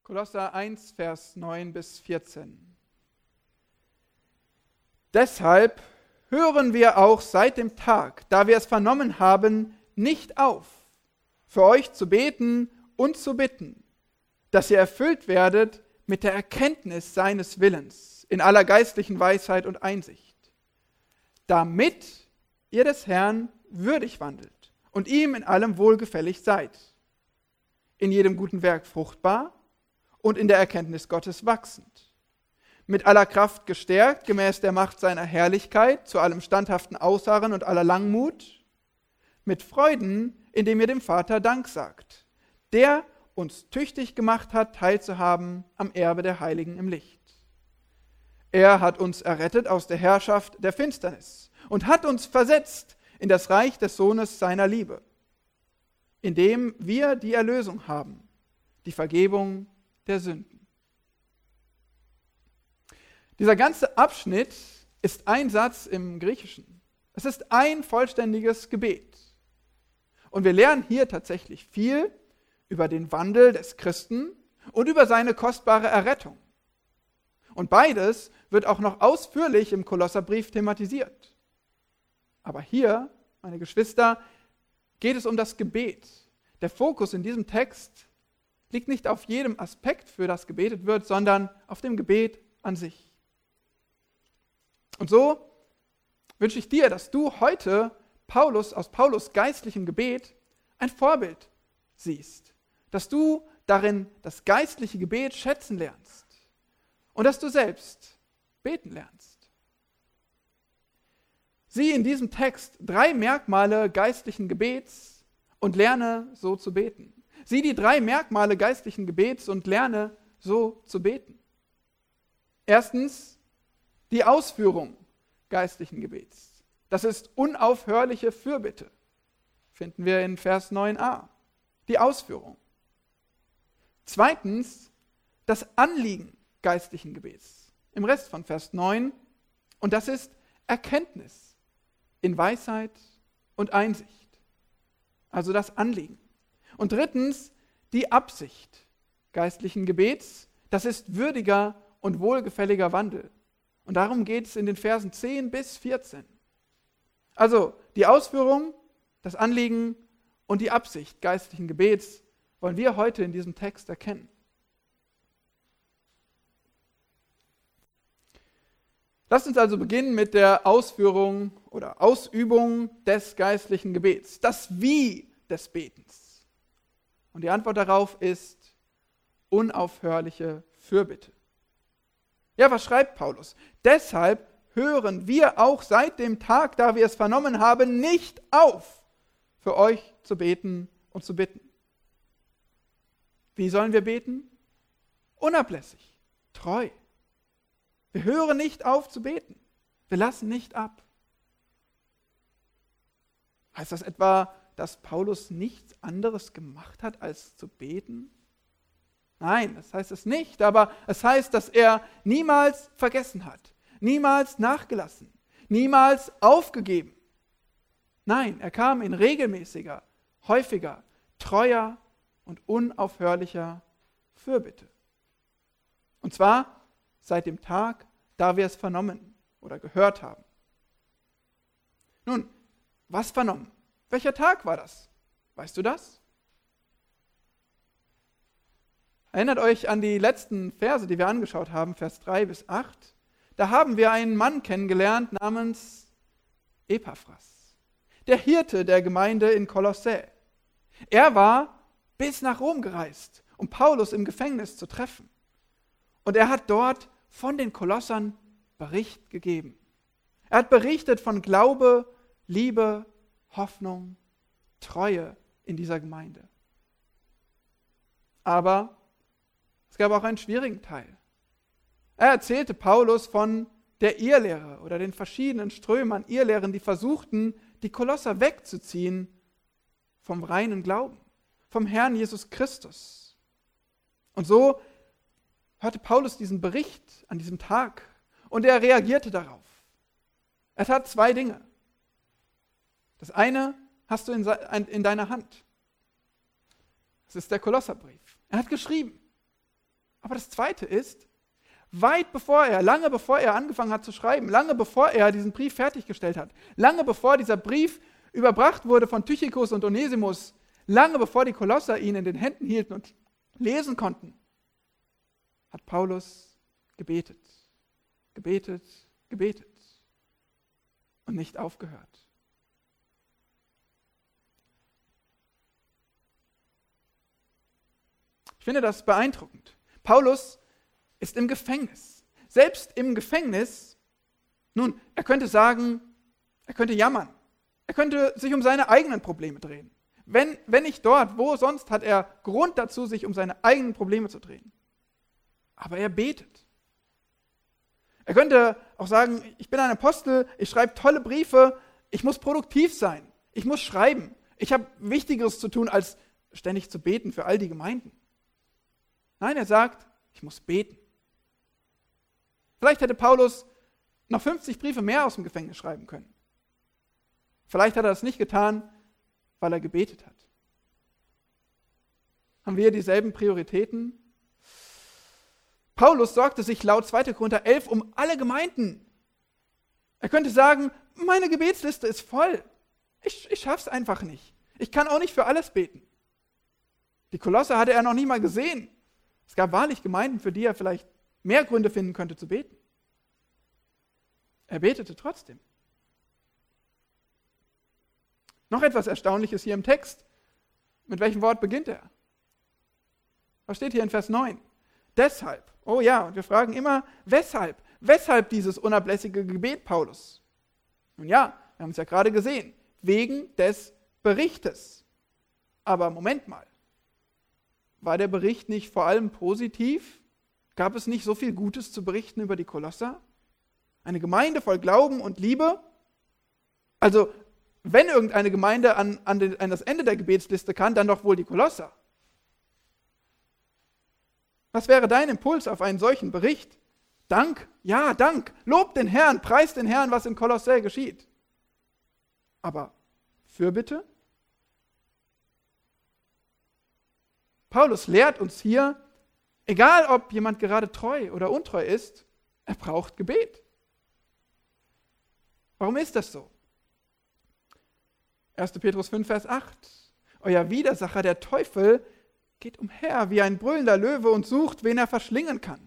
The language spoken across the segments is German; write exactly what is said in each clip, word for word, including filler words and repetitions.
Kolosser eins, Vers neun bis vierzehn. Deshalb hören wir auch seit dem Tag, da wir es vernommen haben, nicht auf, für euch zu beten und zu bitten, dass ihr erfüllt werdet mit der Erkenntnis seines Willens in aller geistlichen Weisheit und Einsicht, damit ihr des Herrn würdig wandelt und ihm in allem wohlgefällig seid, in jedem guten Werk fruchtbar und in der Erkenntnis Gottes wachsend, mit aller Kraft gestärkt, gemäß der Macht seiner Herrlichkeit, zu allem standhaften Ausharren und aller Langmut, mit Freuden, indem ihr dem Vater Dank sagt, der uns tüchtig gemacht hat, teilzuhaben am Erbe der Heiligen im Licht. Er hat uns errettet aus der Herrschaft der Finsternis und hat uns versetzt in das Reich des Sohnes seiner Liebe, in dem wir die Erlösung haben, die Vergebung der Sünden. Dieser ganze Abschnitt ist ein Satz im Griechischen. Es ist ein vollständiges Gebet. Und wir lernen hier tatsächlich viel über den Wandel des Christen und über seine kostbare Errettung. Und beides wird auch noch ausführlich im Kolosserbrief thematisiert. Aber hier, meine Geschwister, geht es um das Gebet. Der Fokus in diesem Text liegt nicht auf jedem Aspekt, für das gebetet wird, sondern auf dem Gebet an sich. Und so wünsche ich dir, dass du heute Paulus aus Paulus geistlichem Gebet ein Vorbild siehst, dass du darin das geistliche Gebet schätzen lernst und dass du selbst beten lernst. Sieh in diesem Text drei Merkmale geistlichen Gebets und lerne so zu beten. Sieh die drei Merkmale geistlichen Gebets und lerne so zu beten. Erstens, die Ausführung geistlichen Gebets. Das ist unaufhörliche Fürbitte. Finden wir in Vers neun a. Die Ausführung. Zweitens, das Anliegen geistlichen Gebets. Im Rest von Vers neun. Und das ist Erkenntnis in Weisheit und Einsicht. Also das Anliegen. Und drittens, die Absicht geistlichen Gebets. Das ist würdiger und wohlgefälliger Wandel. Und darum geht es in den Versen zehn bis vierzehn. Also die Ausführung, das Anliegen und die Absicht geistlichen Gebets wollen wir heute in diesem Text erkennen. Lasst uns also beginnen mit der Ausführung oder Ausübung des geistlichen Gebets, das Wie des Betens. Und die Antwort darauf ist unaufhörliche Fürbitte. Ja, was schreibt Paulus? Deshalb hören wir auch seit dem Tag, da wir es vernommen haben, nicht auf, für euch zu beten und zu bitten. Wie sollen wir beten? Unablässig, treu. Wir hören nicht auf zu beten. Wir lassen nicht ab. Heißt das etwa, dass Paulus nichts anderes gemacht hat, als zu beten? Nein, das heißt es nicht, aber es heißt, dass er niemals vergessen hat, niemals nachgelassen, niemals aufgegeben. Nein, er kam in regelmäßiger, häufiger, treuer und unaufhörlicher Fürbitte. Und zwar seit dem Tag, da wir es vernommen oder gehört haben. Nun, was vernommen? Welcher Tag war das? Weißt du das? Erinnert euch an die letzten Verse, die wir angeschaut haben, Vers drei bis acht. Da haben wir einen Mann kennengelernt namens Epaphras, der Hirte der Gemeinde in Kolossä. Er war bis nach Rom gereist, um Paulus im Gefängnis zu treffen. Und er hat dort von den Kolossern Bericht gegeben. Er hat berichtet von Glaube, Liebe, Hoffnung, Treue in dieser Gemeinde. Aber es gab auch einen schwierigen Teil. Er erzählte Paulus von der Irrlehre oder den verschiedenen Strömen an Irrlehren, die versuchten, die Kolosser wegzuziehen vom reinen Glauben, vom Herrn Jesus Christus. Und so hörte Paulus diesen Bericht an diesem Tag und er reagierte darauf. Er tat zwei Dinge. Das eine hast du in, in deiner Hand. Das ist der Kolosserbrief. Er hat geschrieben. Aber das Zweite ist, weit bevor er, lange bevor er angefangen hat zu schreiben, lange bevor er diesen Brief fertiggestellt hat, lange bevor dieser Brief überbracht wurde von Tychicus und Onesimus, lange bevor die Kolosser ihn in den Händen hielten und lesen konnten, hat Paulus gebetet, gebetet, gebetet und nicht aufgehört. Ich finde das beeindruckend. Paulus ist im Gefängnis. Selbst im Gefängnis, nun, er könnte sagen, er könnte jammern. Er könnte sich um seine eigenen Probleme drehen. Wenn, wenn nicht dort, wo sonst hat er Grund dazu, sich um seine eigenen Probleme zu drehen. Aber er betet. Er könnte auch sagen, ich bin ein Apostel, ich schreibe tolle Briefe, ich muss produktiv sein, ich muss schreiben. Ich habe Wichtigeres zu tun, als ständig zu beten für all die Gemeinden. Nein, er sagt, ich muss beten. Vielleicht hätte Paulus noch fünfzig Briefe mehr aus dem Gefängnis schreiben können. Vielleicht hat er das nicht getan, weil er gebetet hat. Haben wir dieselben Prioritäten? Paulus sorgte sich laut zweiter Korinther elf um alle Gemeinden. Er könnte sagen, meine Gebetsliste ist voll. Ich, ich schaff's einfach nicht. Ich kann auch nicht für alles beten. Die Kolosser hatte er noch nie mal gesehen. Es gab wahrlich Gemeinden, für die er vielleicht mehr Gründe finden könnte zu beten. Er betete trotzdem. Noch etwas Erstaunliches hier im Text. Mit welchem Wort beginnt er? Was steht hier in Vers neun? Deshalb. Oh ja, und wir fragen immer, weshalb? Weshalb dieses unablässige Gebet Paulus? Nun ja, wir haben es ja gerade gesehen. Wegen des Berichtes. Aber Moment mal. War der Bericht nicht vor allem positiv? Gab es nicht so viel Gutes zu berichten über die Kolosser? Eine Gemeinde voll Glauben und Liebe? Also, wenn irgendeine Gemeinde an, an, den, an das Ende der Gebetsliste kann, dann doch wohl die Kolosser. Was wäre dein Impuls auf einen solchen Bericht? Dank, ja, Dank. Lob den Herrn, preist den Herrn, was in Kolossä geschieht. Aber Fürbitte? Paulus lehrt uns hier, egal ob jemand gerade treu oder untreu ist, er braucht Gebet. Warum ist das so? erster Petrus fünf, Vers acht. Euer Widersacher, der Teufel, geht umher wie ein brüllender Löwe und sucht, wen er verschlingen kann.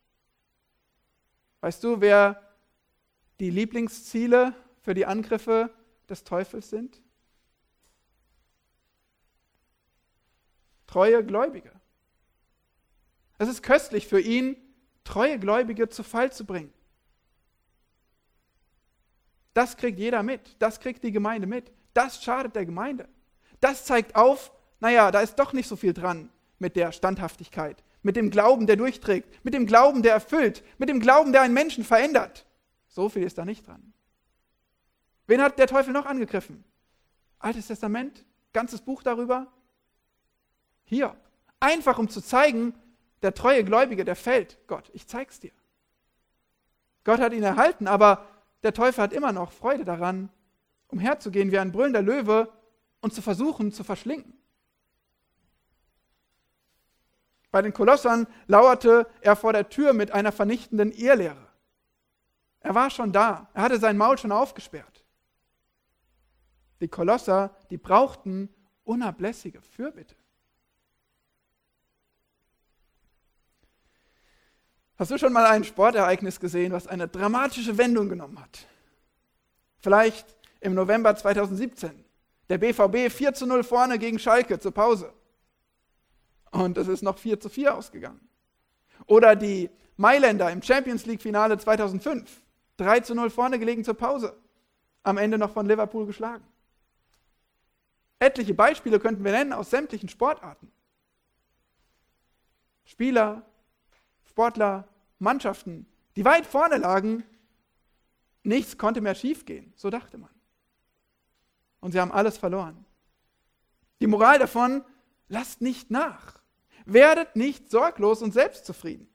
Weißt du, wer die Lieblingsziele für die Angriffe des Teufels sind? Treue Gläubige. Es ist köstlich für ihn, treue Gläubige zu Fall zu bringen. Das kriegt jeder mit, das kriegt die Gemeinde mit. Das schadet der Gemeinde. Das zeigt auf, naja, da ist doch nicht so viel dran mit der Standhaftigkeit, mit dem Glauben, der durchträgt, mit dem Glauben, der erfüllt, mit dem Glauben, der einen Menschen verändert. So viel ist da nicht dran. Wen hat der Teufel noch angegriffen? Altes Testament, ganzes Buch darüber. Hier, einfach um zu zeigen, der treue Gläubige, der fällt. Gott, ich zeig's dir. Gott hat ihn erhalten, aber der Teufel hat immer noch Freude daran, umherzugehen wie ein brüllender Löwe und zu versuchen, zu verschlingen. Bei den Kolossern lauerte er vor der Tür mit einer vernichtenden Irrlehre. Er war schon da, er hatte sein Maul schon aufgesperrt. Die Kolosser, die brauchten unablässige Fürbitte. Hast du schon mal ein Sportereignis gesehen, was eine dramatische Wendung genommen hat? Vielleicht im November zweitausendsiebzehn. Der B V B vier zu null vorne gegen Schalke zur Pause. Und es ist noch vier zu vier ausgegangen. Oder die Mailänder im Champions League-Finale zweitausendfünf. drei zu null vorne gelegen zur Pause. Am Ende noch von Liverpool geschlagen. Etliche Beispiele könnten wir nennen aus sämtlichen Sportarten. Spieler, Sportler, Mannschaften, die weit vorne lagen, nichts konnte mehr schiefgehen, so dachte man. Und sie haben alles verloren. Die Moral davon, lasst nicht nach. Werdet nicht sorglos und selbstzufrieden.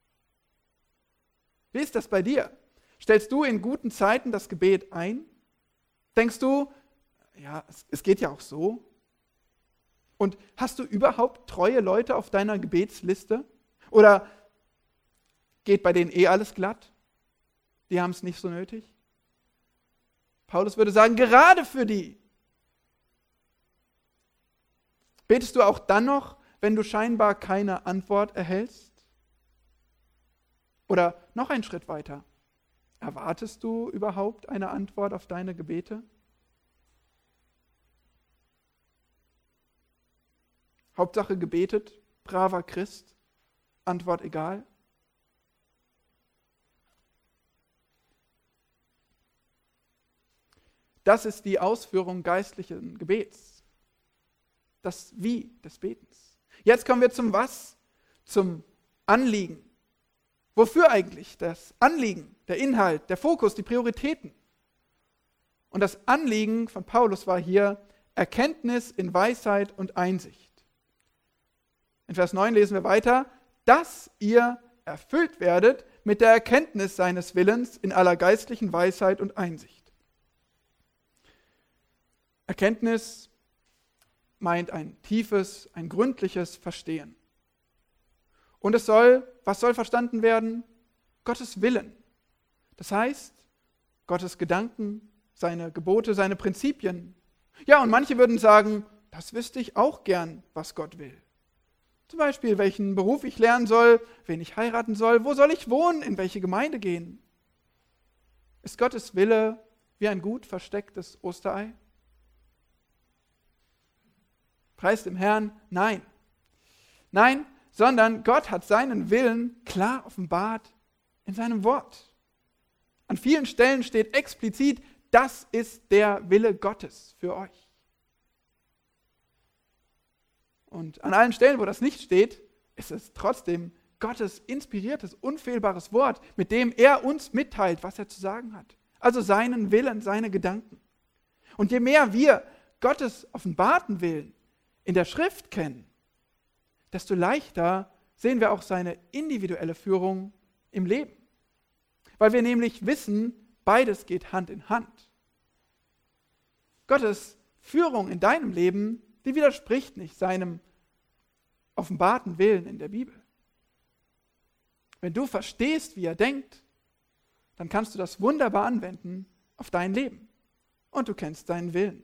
Wie ist das bei dir? Stellst du in guten Zeiten das Gebet ein? Denkst du, ja, es, es geht ja auch so? Und hast du überhaupt treue Leute auf deiner Gebetsliste? Oder geht bei denen eh alles glatt? Die haben es nicht so nötig? Paulus würde sagen, gerade für die. Betest du auch dann noch, wenn du scheinbar keine Antwort erhältst? Oder noch einen Schritt weiter. Erwartest du überhaupt eine Antwort auf deine Gebete? Hauptsache gebetet, braver Christ, Antwort egal. Das ist die Ausführung geistlichen Gebets. Das Wie des Betens. Jetzt kommen wir zum Was, zum Anliegen. Wofür eigentlich? Das Anliegen, der Inhalt, der Fokus, die Prioritäten. Und das Anliegen von Paulus war hier Erkenntnis in Weisheit und Einsicht. In Vers neun lesen wir weiter, dass ihr erfüllt werdet mit der Erkenntnis seines Willens in aller geistlichen Weisheit und Einsicht. Erkenntnis meint ein tiefes, ein gründliches Verstehen. Und es soll, was soll verstanden werden? Gottes Willen. Das heißt, Gottes Gedanken, seine Gebote, seine Prinzipien. Ja, und manche würden sagen, das wüsste ich auch gern, was Gott will. Zum Beispiel, welchen Beruf ich lernen soll, wen ich heiraten soll, wo soll ich wohnen, in welche Gemeinde gehen. Ist Gottes Wille wie ein gut verstecktes Osterei? Preis dem Herrn, nein. Nein, sondern Gott hat seinen Willen klar offenbart in seinem Wort. An vielen Stellen steht explizit, das ist der Wille Gottes für euch. Und an allen Stellen, wo das nicht steht, ist es trotzdem Gottes inspiriertes, unfehlbares Wort, mit dem er uns mitteilt, was er zu sagen hat. Also seinen Willen, seine Gedanken. Und je mehr wir Gottes offenbarten Willen in der Schrift kennen, desto leichter sehen wir auch seine individuelle Führung im Leben. Weil wir nämlich wissen, beides geht Hand in Hand. Gottes Führung in deinem Leben, die widerspricht nicht seinem offenbarten Willen in der Bibel. Wenn du verstehst, wie er denkt, dann kannst du das wunderbar anwenden auf dein Leben. Und du kennst seinen Willen.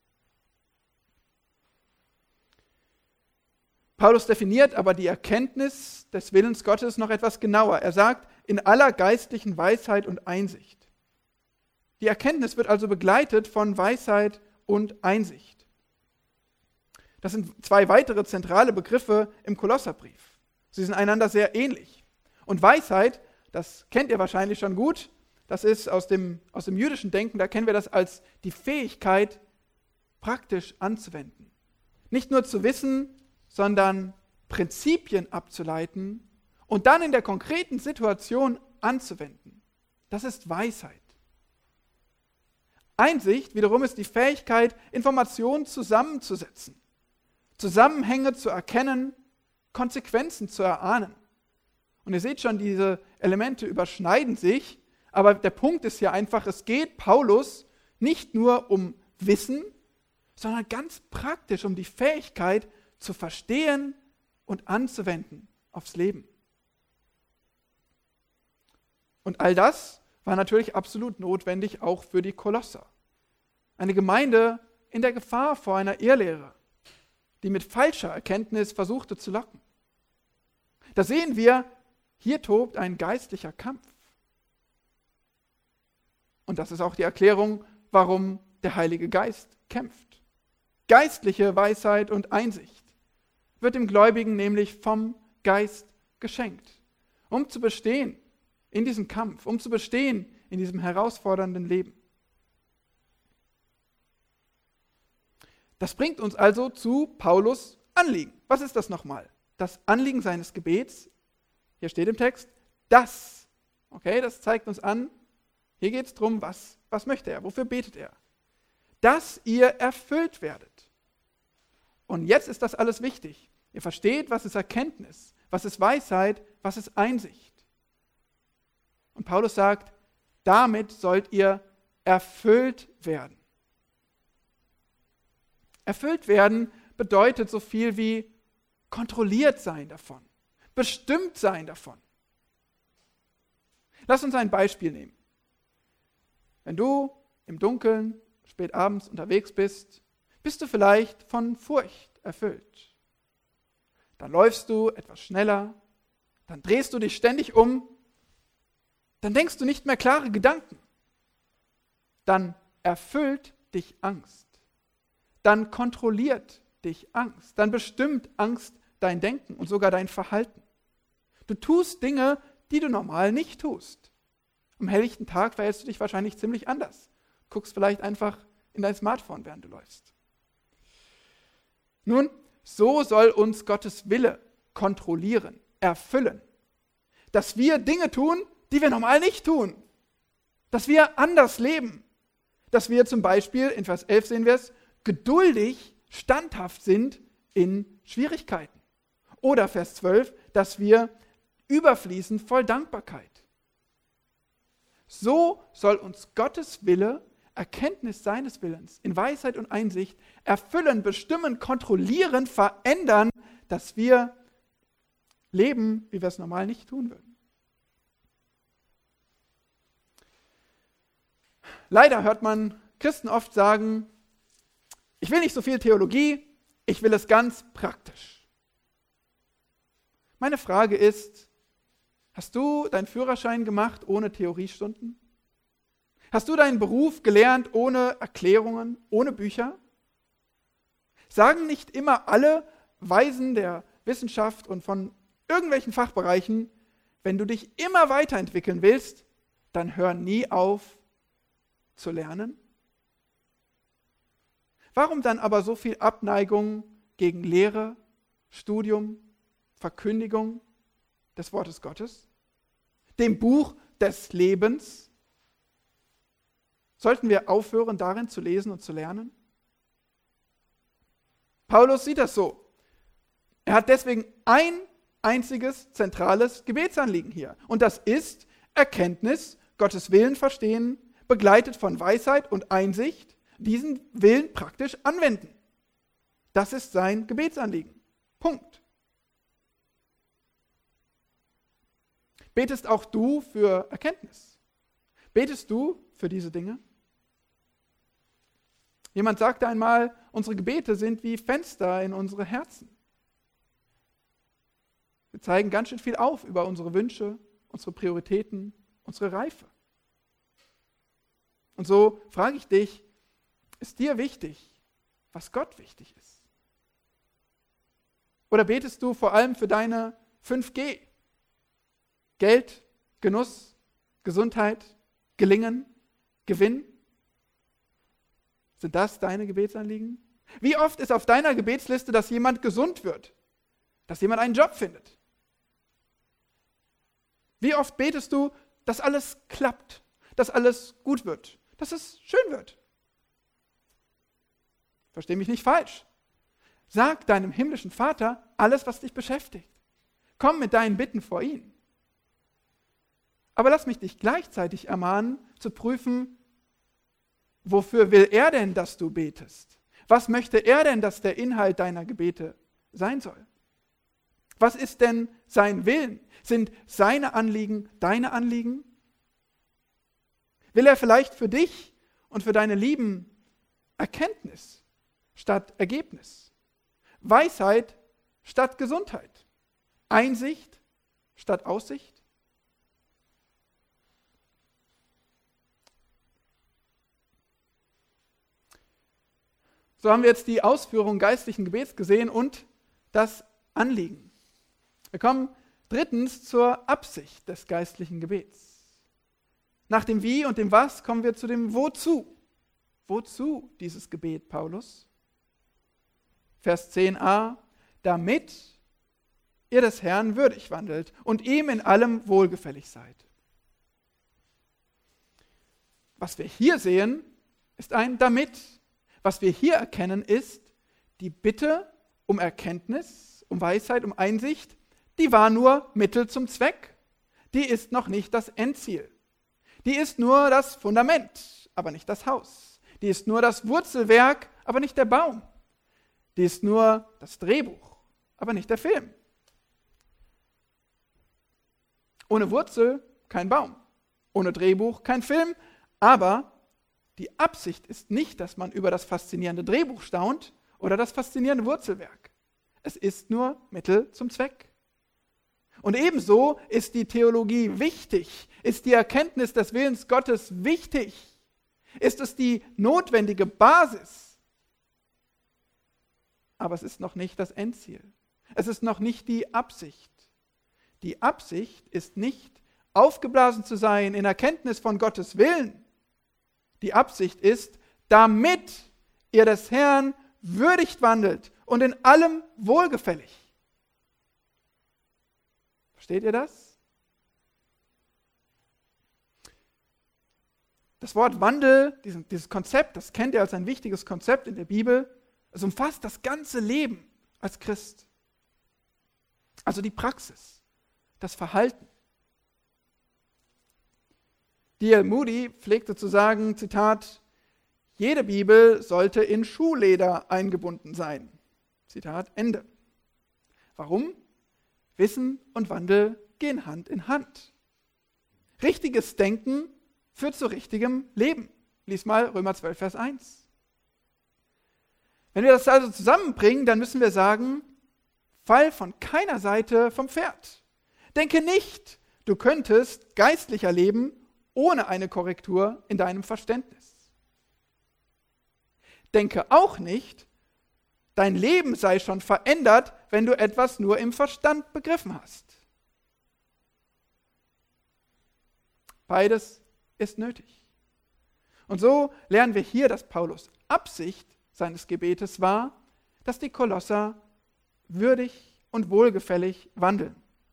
Paulus definiert aber die Erkenntnis des Willens Gottes noch etwas genauer. Er sagt, in aller geistlichen Weisheit und Einsicht. Die Erkenntnis wird also begleitet von Weisheit und Einsicht. Das sind zwei weitere zentrale Begriffe im Kolosserbrief. Sie sind einander sehr ähnlich. Und Weisheit, das kennt ihr wahrscheinlich schon gut, das ist aus dem, aus dem jüdischen Denken, da kennen wir das als die Fähigkeit, praktisch anzuwenden. Nicht nur zu wissen, sondern Prinzipien abzuleiten und dann in der konkreten Situation anzuwenden. Das ist Weisheit. Einsicht wiederum ist die Fähigkeit, Informationen zusammenzusetzen, Zusammenhänge zu erkennen, Konsequenzen zu erahnen. Und ihr seht schon, diese Elemente überschneiden sich, aber der Punkt ist ja einfach, es geht Paulus nicht nur um Wissen, sondern ganz praktisch um die Fähigkeit zu verstehen und anzuwenden aufs Leben. Und all das war natürlich absolut notwendig auch für die Kolosser. Eine Gemeinde in der Gefahr vor einer Irrlehre, die mit falscher Erkenntnis versuchte zu locken. Da sehen wir, hier tobt ein geistlicher Kampf. Und das ist auch die Erklärung, warum der Heilige Geist kämpft. Geistliche Weisheit und Einsicht wird dem Gläubigen nämlich vom Geist geschenkt, um zu bestehen in diesem Kampf, um zu bestehen in diesem herausfordernden Leben. Das bringt uns also zu Paulus' Anliegen. Was ist das nochmal? Das Anliegen seines Gebets, hier steht im Text, das. Okay, das zeigt uns an, hier geht es darum, was, was möchte er, wofür betet er? Dass ihr erfüllt werdet. Und jetzt ist das alles wichtig. Ihr versteht, was ist Erkenntnis, was ist Weisheit, was ist Einsicht. Und Paulus sagt, damit sollt ihr erfüllt werden. Erfüllt werden bedeutet so viel wie kontrolliert sein davon, bestimmt sein davon. Lass uns ein Beispiel nehmen. Wenn du im Dunkeln spät abends unterwegs bist, bist du vielleicht von Furcht erfüllt. Dann läufst du etwas schneller, dann drehst du dich ständig um, dann denkst du nicht mehr klare Gedanken. Dann erfüllt dich Angst. Dann kontrolliert dich Angst. Dann bestimmt Angst dein Denken und sogar dein Verhalten. Du tust Dinge, die du normal nicht tust. Am helllichten Tag verhältst du dich wahrscheinlich ziemlich anders. Guckst vielleicht einfach in dein Smartphone, während du läufst. Nun, so soll uns Gottes Wille kontrollieren, erfüllen. Dass wir Dinge tun, die wir normal nicht tun. Dass wir anders leben. Dass wir zum Beispiel, in Vers elf sehen wir es, geduldig, standhaft sind in Schwierigkeiten. Oder Vers zwölf, dass wir überfließen voll Dankbarkeit. So soll uns Gottes Wille, Erkenntnis seines Willens, in Weisheit und Einsicht erfüllen, bestimmen, kontrollieren, verändern, dass wir leben, wie wir es normal nicht tun würden. Leider hört man Christen oft sagen, ich will nicht so viel Theologie, ich will es ganz praktisch. Meine Frage ist, hast du deinen Führerschein gemacht ohne Theoriestunden? Hast du deinen Beruf gelernt ohne Erklärungen, ohne Bücher? Sagen nicht immer alle Weisen der Wissenschaft und von irgendwelchen Fachbereichen, wenn du dich immer weiterentwickeln willst, dann hör nie auf zu lernen? Warum dann aber so viel Abneigung gegen Lehre, Studium, Verkündigung des Wortes Gottes? Dem Buch des Lebens? Sollten wir aufhören, darin zu lesen und zu lernen? Paulus sieht das so. Er hat deswegen ein einziges zentrales Gebetsanliegen hier. Und das ist Erkenntnis, Gottes Willen verstehen, begleitet von Weisheit und Einsicht, diesen Willen praktisch anwenden. Das ist sein Gebetsanliegen. Punkt. Betest auch du für Erkenntnis? Betest du für diese Dinge? Jemand sagte einmal, unsere Gebete sind wie Fenster in unsere Herzen. Wir zeigen ganz schön viel auf über unsere Wünsche, unsere Prioritäten, unsere Reife. Und so frage ich dich, ist dir wichtig, was Gott wichtig ist? Oder betest du vor allem für deine fünf G? Geld, Genuss, Gesundheit, Gelingen, Gewinn? Sind das deine Gebetsanliegen? Wie oft ist auf deiner Gebetsliste, dass jemand gesund wird? Dass jemand einen Job findet? Wie oft betest du, dass alles klappt, dass alles gut wird, dass es schön wird? Versteh mich nicht falsch. Sag deinem himmlischen Vater alles, was dich beschäftigt. Komm mit deinen Bitten vor ihn. Aber lass mich dich gleichzeitig ermahnen, zu prüfen, wofür will er denn, dass du betest? Was möchte er denn, dass der Inhalt deiner Gebete sein soll? Was ist denn sein Willen? Sind seine Anliegen deine Anliegen? Will er vielleicht für dich und für deine Lieben Erkenntnis statt Ergebnis? Weisheit statt Gesundheit? Einsicht statt Aussicht? So haben wir jetzt die Ausführung geistlichen Gebets gesehen und das Anliegen. Wir kommen drittens zur Absicht des geistlichen Gebets. Nach dem Wie und dem Was kommen wir zu dem Wozu. Wozu dieses Gebet, Paulus? Vers zehn a, damit ihr des Herrn würdig wandelt und ihm in allem wohlgefällig seid. Was wir hier sehen, ist ein Damit. Was wir hier erkennen, ist die Bitte um Erkenntnis, um Weisheit, um Einsicht, die war nur Mittel zum Zweck. Die ist noch nicht das Endziel. Die ist nur das Fundament, aber nicht das Haus. Die ist nur das Wurzelwerk, aber nicht der Baum. Die ist nur das Drehbuch, aber nicht der Film. Ohne Wurzel kein Baum. Ohne Drehbuch kein Film. Aber die Absicht ist nicht, dass man über das faszinierende Drehbuch staunt oder das faszinierende Wurzelwerk. Es ist nur Mittel zum Zweck. Und ebenso ist die Theologie wichtig, ist die Erkenntnis des Willens Gottes wichtig, ist es die notwendige Basis. Aber es ist noch nicht das Endziel. Es ist noch nicht die Absicht. Die Absicht ist nicht, aufgeblasen zu sein in Erkenntnis von Gottes Willen. Die Absicht ist, damit ihr des Herrn würdigt wandelt und in allem wohlgefällig. Versteht ihr das? Das Wort Wandel, dieses Konzept, das kennt ihr als ein wichtiges Konzept in der Bibel. Es umfasst das ganze Leben als Christ. Also die Praxis, das Verhalten. D L Moody pflegte zu sagen, Zitat, jede Bibel sollte in Schuhleder eingebunden sein. Zitat Ende. Warum? Wissen und Wandel gehen Hand in Hand. Richtiges Denken führt zu richtigem Leben. Lies mal Römer zwölf, Vers eins. Wenn wir das also zusammenbringen, dann müssen wir sagen, fall von keiner Seite vom Pferd. Denke nicht, du könntest geistlicher leben ohne eine Korrektur in deinem Verständnis. Denke auch nicht, dein Leben sei schon verändert, wenn du etwas nur im Verstand begriffen hast. Beides ist nötig. Und so lernen wir hier, dass Paulus Absicht seines Gebetes war, dass die Kolosser würdig und wohlgefällig wandeln.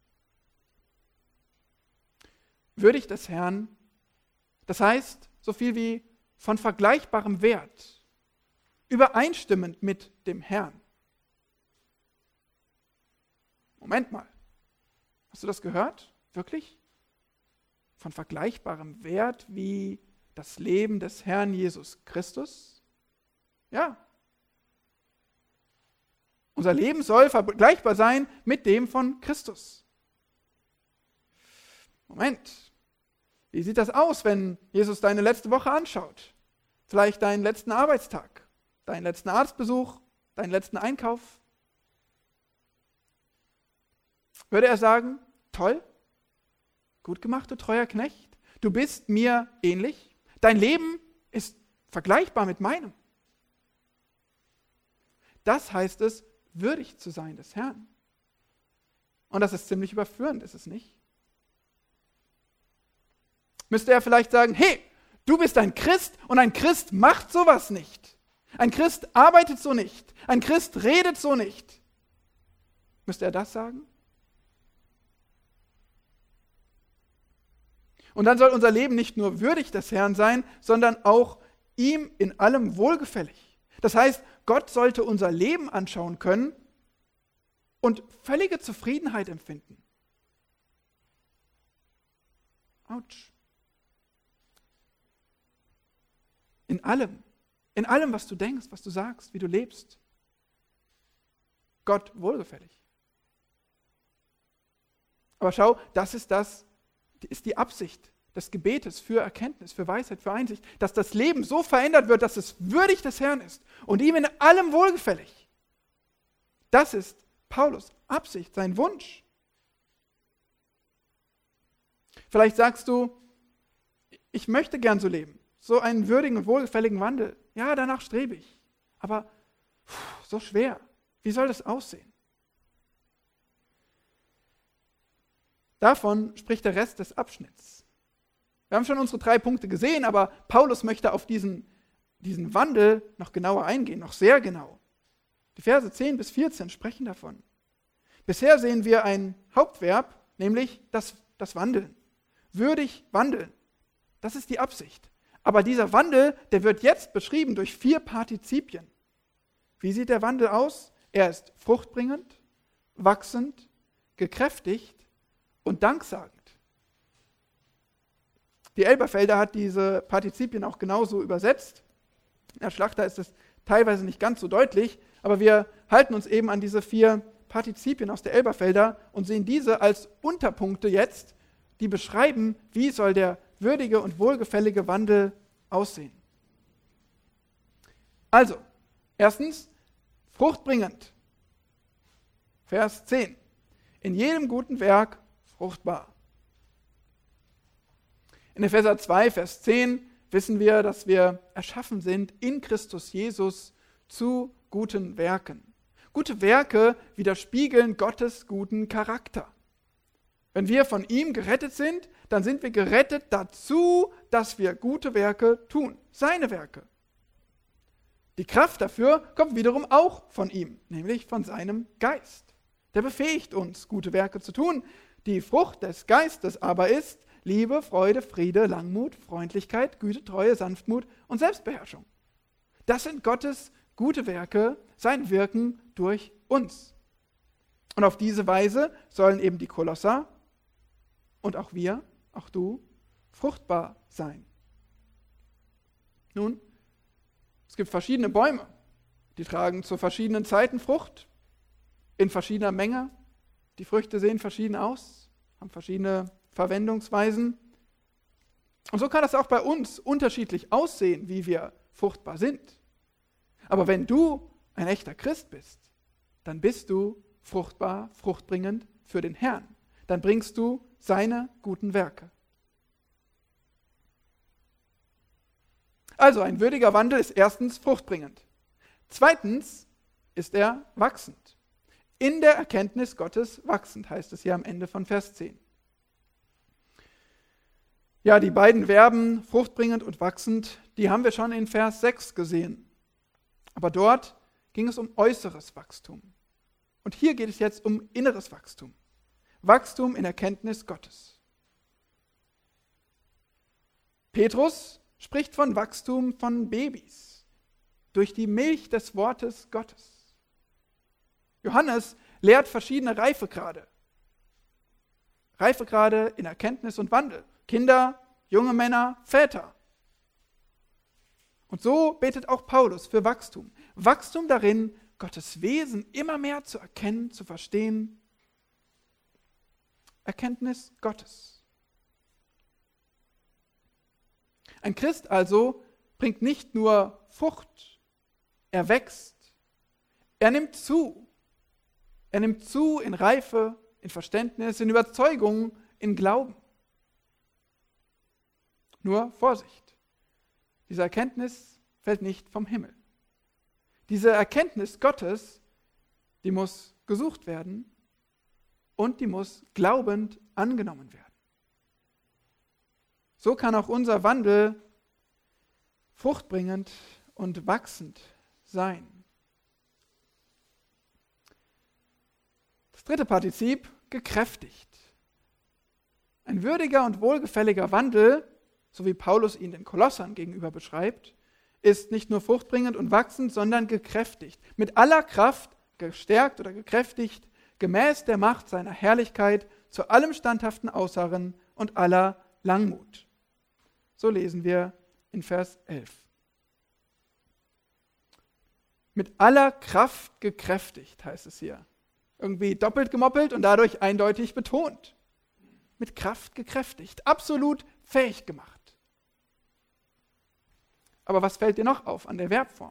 Würdig des Herrn, das heißt so viel wie von vergleichbarem Wert, übereinstimmend mit dem Herrn. Moment mal, hast du das gehört? Wirklich? Von vergleichbarem Wert wie das Leben des Herrn Jesus Christus? Ja. Unser Leben soll vergleichbar sein mit dem von Christus. Moment, wie sieht das aus, wenn Jesus deine letzte Woche anschaut? Vielleicht deinen letzten Arbeitstag, deinen letzten Arztbesuch, deinen letzten Einkauf? Würde er sagen, toll, gut gemacht, du treuer Knecht, du bist mir ähnlich, dein Leben ist vergleichbar mit meinem. Das heißt es, würdig zu sein des Herrn. Und das ist ziemlich überführend, ist es nicht? Müsste er vielleicht sagen, hey, du bist ein Christ und ein Christ macht sowas nicht. Ein Christ arbeitet so nicht. Ein Christ redet so nicht. Müsste er das sagen? Und dann soll unser Leben nicht nur würdig des Herrn sein, sondern auch ihm in allem wohlgefällig. Das heißt, Gott sollte unser Leben anschauen können und völlige Zufriedenheit empfinden. Autsch. In allem, in allem, was du denkst, was du sagst, wie du lebst. Gott wohlgefällig. Aber schau, das ist das, ist die Absicht des Gebetes für Erkenntnis, für Weisheit, für Einsicht, dass das Leben so verändert wird, dass es würdig des Herrn ist und ihm in allem wohlgefällig. Das ist Paulus Absicht, sein Wunsch. Vielleicht sagst du, ich möchte gern so leben, so einen würdigen und wohlgefälligen Wandel. Ja, danach strebe ich. Aber pff, so schwer. Wie soll das aussehen? Davon spricht der Rest des Abschnitts. Wir haben schon unsere drei Punkte gesehen, aber Paulus möchte auf diesen, diesen Wandel noch genauer eingehen, noch sehr genau. Die Verse zehn bis vierzehn sprechen davon. Bisher sehen wir ein Hauptverb, nämlich das, das Wandeln. Würdig wandeln. Das ist die Absicht. Aber dieser Wandel, der wird jetzt beschrieben durch vier Partizipien. Wie sieht der Wandel aus? Er ist fruchtbringend, wachsend, gekräftigt und danksagend. Die Elberfelder hat diese Partizipien auch genauso übersetzt. In der Schlachter ist es teilweise nicht ganz so deutlich, aber wir halten uns eben an diese vier Partizipien aus der Elberfelder und sehen diese als Unterpunkte jetzt die beschreiben, wie soll der würdige und wohlgefällige Wandel aussehen. Also, erstens, fruchtbringend. Vers zehn. In jedem guten Werk fruchtbar. In Epheser zwei, Vers zehn wissen wir, dass wir erschaffen sind in Christus Jesus zu guten Werken. Gute Werke widerspiegeln Gottes guten Charakter. Wenn wir von ihm gerettet sind, dann sind wir gerettet dazu, dass wir gute Werke tun, seine Werke. Die Kraft dafür kommt wiederum auch von ihm, nämlich von seinem Geist. Der befähigt uns, gute Werke zu tun. Die Frucht des Geistes aber ist Liebe, Freude, Friede, Langmut, Freundlichkeit, Güte, Treue, Sanftmut und Selbstbeherrschung. Das sind Gottes gute Werke, sein Wirken durch uns. Und auf diese Weise sollen eben die Kolosser und auch wir, auch du, fruchtbar sein. Nun, es gibt verschiedene Bäume, die tragen zu verschiedenen Zeiten Frucht, in verschiedener Menge. Die Früchte sehen verschieden aus, haben verschiedene Verwendungsweisen. Und so kann das auch bei uns unterschiedlich aussehen, wie wir fruchtbar sind. Aber wenn du ein echter Christ bist, dann bist du fruchtbar, fruchtbringend für den Herrn. Dann bringst du seine guten Werke. Also ein würdiger Wandel ist erstens fruchtbringend. Zweitens ist er wachsend. In der Erkenntnis Gottes wachsend, heißt es hier am Ende von Vers zehn. Ja, die beiden Verben fruchtbringend und wachsend, die haben wir schon in Vers sechs gesehen. Aber dort ging es um äußeres Wachstum. Und hier geht es jetzt um inneres Wachstum. Wachstum in Erkenntnis Gottes. Petrus spricht von Wachstum von Babys durch die Milch des Wortes Gottes. Johannes lehrt verschiedene Reifegrade. Reifegrade in Erkenntnis und Wandel. Kinder, junge Männer, Väter. Und so betet auch Paulus für Wachstum. Wachstum darin, Gottes Wesen immer mehr zu erkennen, zu verstehen. Erkenntnis Gottes. Ein Christ also bringt nicht nur Frucht, er wächst, er nimmt zu. Er nimmt zu in Reife, in Verständnis, in Überzeugung, in Glauben. Nur Vorsicht, diese Erkenntnis fällt nicht vom Himmel. Diese Erkenntnis Gottes, die muss gesucht werden und die muss glaubend angenommen werden. So kann auch unser Wandel fruchtbringend und wachsend sein. Das dritte Partizip, gekräftigt. Ein würdiger und wohlgefälliger Wandel, so wie Paulus ihn den Kolossern gegenüber beschreibt, ist nicht nur fruchtbringend und wachsend, sondern gekräftigt. Mit aller Kraft gestärkt oder gekräftigt, gemäß der Macht seiner Herrlichkeit, zu allem standhaften Ausharren und aller Langmut. So lesen wir in Vers elf. Mit aller Kraft gekräftigt, heißt es hier. Irgendwie doppelt gemoppelt und dadurch eindeutig betont. Mit Kraft gekräftigt, absolut fähig gemacht. Aber was fällt dir noch auf an der Verbform?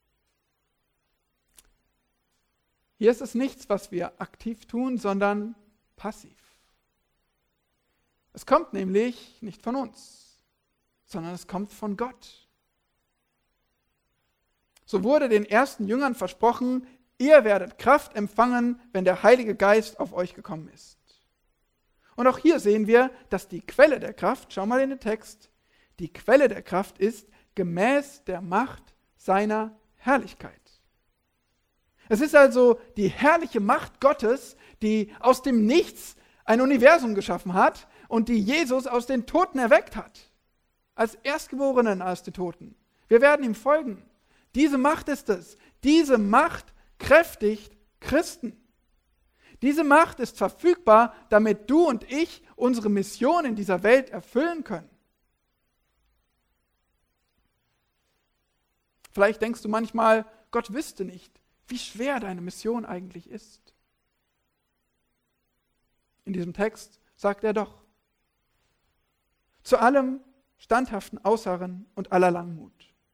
Hier ist es nichts, was wir aktiv tun, sondern passiv. Es kommt nämlich nicht von uns, sondern es kommt von Gott. So wurde den ersten Jüngern versprochen, ihr werdet Kraft empfangen, wenn der Heilige Geist auf euch gekommen ist. Und auch hier sehen wir, dass die Quelle der Kraft, schau mal in den Text, die Quelle der Kraft ist gemäß der Macht seiner Herrlichkeit. Es ist also die herrliche Macht Gottes, die aus dem Nichts ein Universum geschaffen hat und die Jesus aus den Toten erweckt hat. Als Erstgeborenen aus den Toten. Wir werden ihm folgen. Diese Macht ist es. Diese Macht kräftigt Christen. Diese Macht ist verfügbar, damit du und ich unsere Mission in dieser Welt erfüllen können. Vielleicht denkst du manchmal, Gott wüsste nicht, wie schwer deine Mission eigentlich ist. In diesem Text sagt er doch, Zu allem standhaften Ausharren und aller Langmut.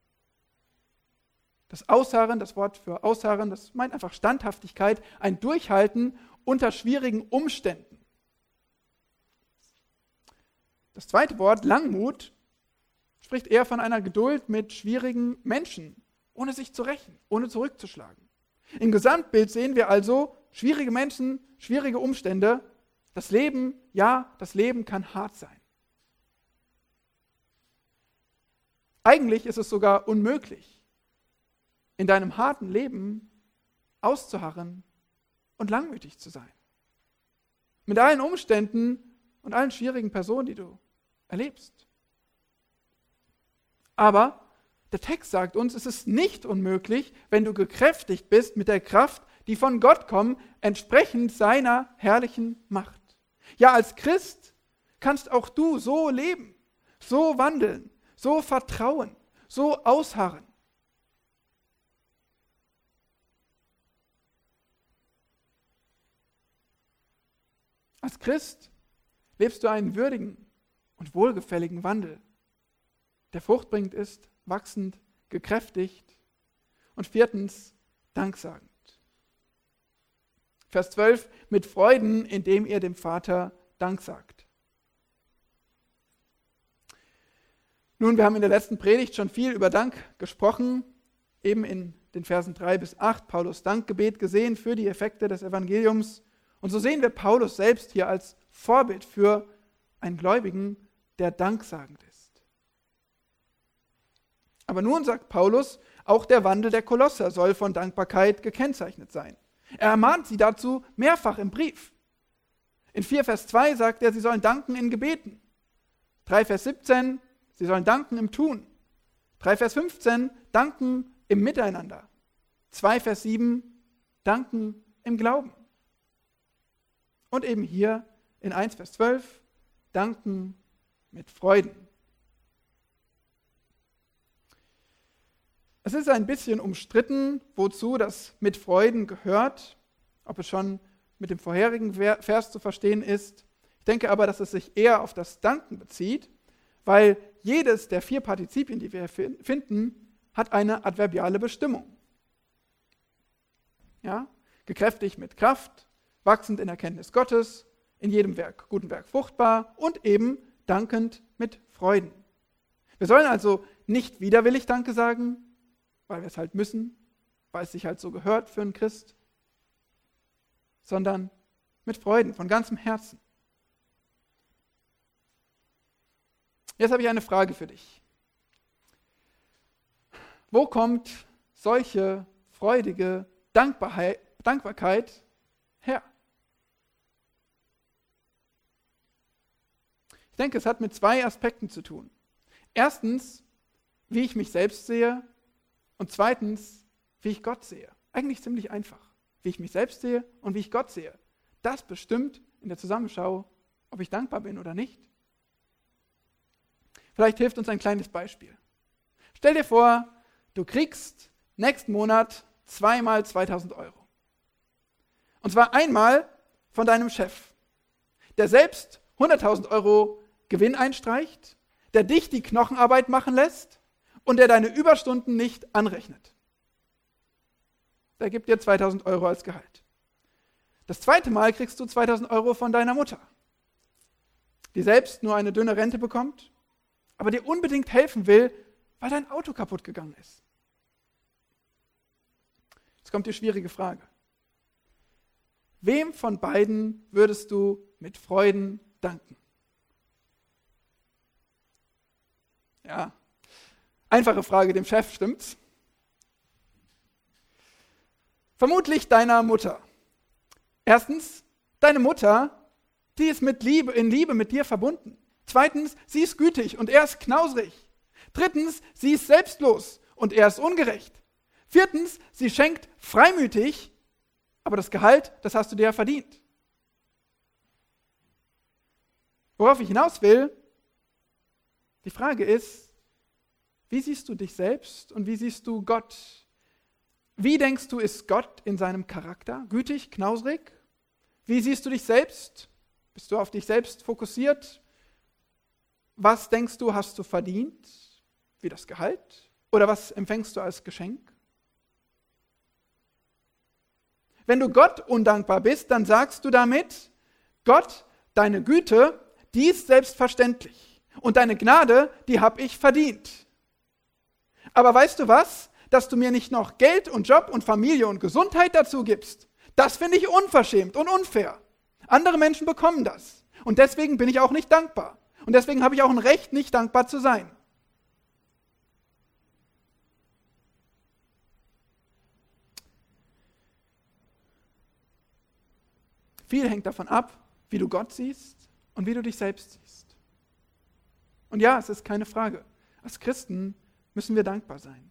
Das Ausharren, das Wort für Ausharren, das meint einfach Standhaftigkeit, ein Durchhalten unter schwierigen Umständen. Das zweite Wort, Langmut, spricht eher von einer Geduld mit schwierigen Menschen, ohne sich zu rächen, ohne zurückzuschlagen. Im Gesamtbild sehen wir also schwierige Menschen, schwierige Umstände. Das Leben, ja, das Leben kann hart sein. Eigentlich ist es sogar unmöglich, in deinem harten Leben auszuharren und langmütig zu sein. Mit allen Umständen und allen schwierigen Personen, die du erlebst. Aber der Text sagt uns, es ist nicht unmöglich, wenn du gekräftigt bist mit der Kraft, die von Gott kommt, entsprechend seiner herrlichen Macht. Ja, als Christ kannst auch du so leben, so wandeln, so vertrauen, so ausharren. Als Christ lebst du einen würdigen und wohlgefälligen Wandel, der fruchtbringend ist, wachsend, gekräftigt und viertens, danksagend. Vers zwölf, mit Freuden, indem ihr dem Vater Dank sagt. Nun, wir haben in der letzten Predigt schon viel über Dank gesprochen, eben in den Versen drei bis acht, Paulus Dankgebet gesehen für die Effekte des Evangeliums. Und so sehen wir Paulus selbst hier als Vorbild für einen Gläubigen, der danksagend ist. Aber nun sagt Paulus, auch der Wandel der Kolosser soll von Dankbarkeit gekennzeichnet sein. Er ermahnt sie dazu mehrfach im Brief. In vier Vers zwei sagt er, sie sollen danken in Gebeten. drei Vers siebzehn, sie sollen danken im Tun. drei Vers fünfzehn, danken im Miteinander. zwei Vers sieben, danken im Glauben. Und eben hier in eins Vers zwölf, danken mit Freuden. Es ist ein bisschen umstritten, wozu das mit Freuden gehört, ob es schon mit dem vorherigen Vers zu verstehen ist. Ich denke aber, dass es sich eher auf das Danken bezieht, weil jedes der vier Partizipien, die wir finden, hat eine adverbiale Bestimmung. Ja? Gekräftigt mit Kraft, wachsend in Erkenntnis Gottes, in jedem Werk, guten Werk fruchtbar und eben dankend mit Freuden. Wir sollen also nicht widerwillig Danke sagen, weil wir es halt müssen, weil es sich halt so gehört für einen Christ, sondern mit Freuden, von ganzem Herzen. Jetzt habe ich eine Frage für dich. Wo kommt solche freudige Dankbarkeit, Dankbarkeit her? Ich denke, es hat mit zwei Aspekten zu tun. Erstens, wie ich mich selbst sehe und zweitens, wie ich Gott sehe. Eigentlich ziemlich einfach. Wie ich mich selbst sehe und wie ich Gott sehe. Das bestimmt in der Zusammenschau, ob ich dankbar bin oder nicht. Vielleicht hilft uns ein kleines Beispiel. Stell dir vor, du kriegst nächsten Monat zweimal zweitausend Euro. Und zwar einmal von deinem Chef, der selbst hunderttausend Euro Gewinn einstreicht, der dich die Knochenarbeit machen lässt und der deine Überstunden nicht anrechnet. Der gibt dir zweitausend Euro als Gehalt. Das zweite Mal kriegst du zweitausend Euro von deiner Mutter, die selbst nur eine dünne Rente bekommt, aber dir unbedingt helfen will, weil dein Auto kaputt gegangen ist. Jetzt kommt die schwierige Frage. Wem von beiden würdest du mit Freuden danken? Ja, einfache Frage, dem Chef, stimmt's? Vermutlich deiner Mutter. Erstens, deine Mutter, die ist mit Liebe, in Liebe mit dir verbunden. Zweitens, sie ist gütig und er ist knausrig. Drittens, sie ist selbstlos und er ist ungerecht. Viertens, sie schenkt freimütig, aber das Gehalt, das hast du dir ja verdient. Worauf ich hinaus will, die Frage ist, wie siehst du dich selbst und wie siehst du Gott? Wie denkst du, ist Gott in seinem Charakter? Gütig, knausrig? Wie siehst du dich selbst? Bist du auf dich selbst fokussiert? was denkst du, hast du verdient, wie das Gehalt? Oder was empfängst du als Geschenk? Wenn du Gott undankbar bist, dann sagst du damit, Gott, deine Güte, die ist selbstverständlich. Und deine Gnade, die habe ich verdient. Aber weißt du was? Dass du mir nicht noch Geld und Job und Familie und Gesundheit dazu gibst, das finde ich unverschämt und unfair. Andere Menschen bekommen das. Und deswegen bin ich auch nicht dankbar. Und deswegen habe ich auch ein Recht, nicht dankbar zu sein. Viel hängt davon ab, wie du Gott siehst und wie du dich selbst siehst. Und ja, es ist keine Frage. Als Christen müssen wir dankbar sein.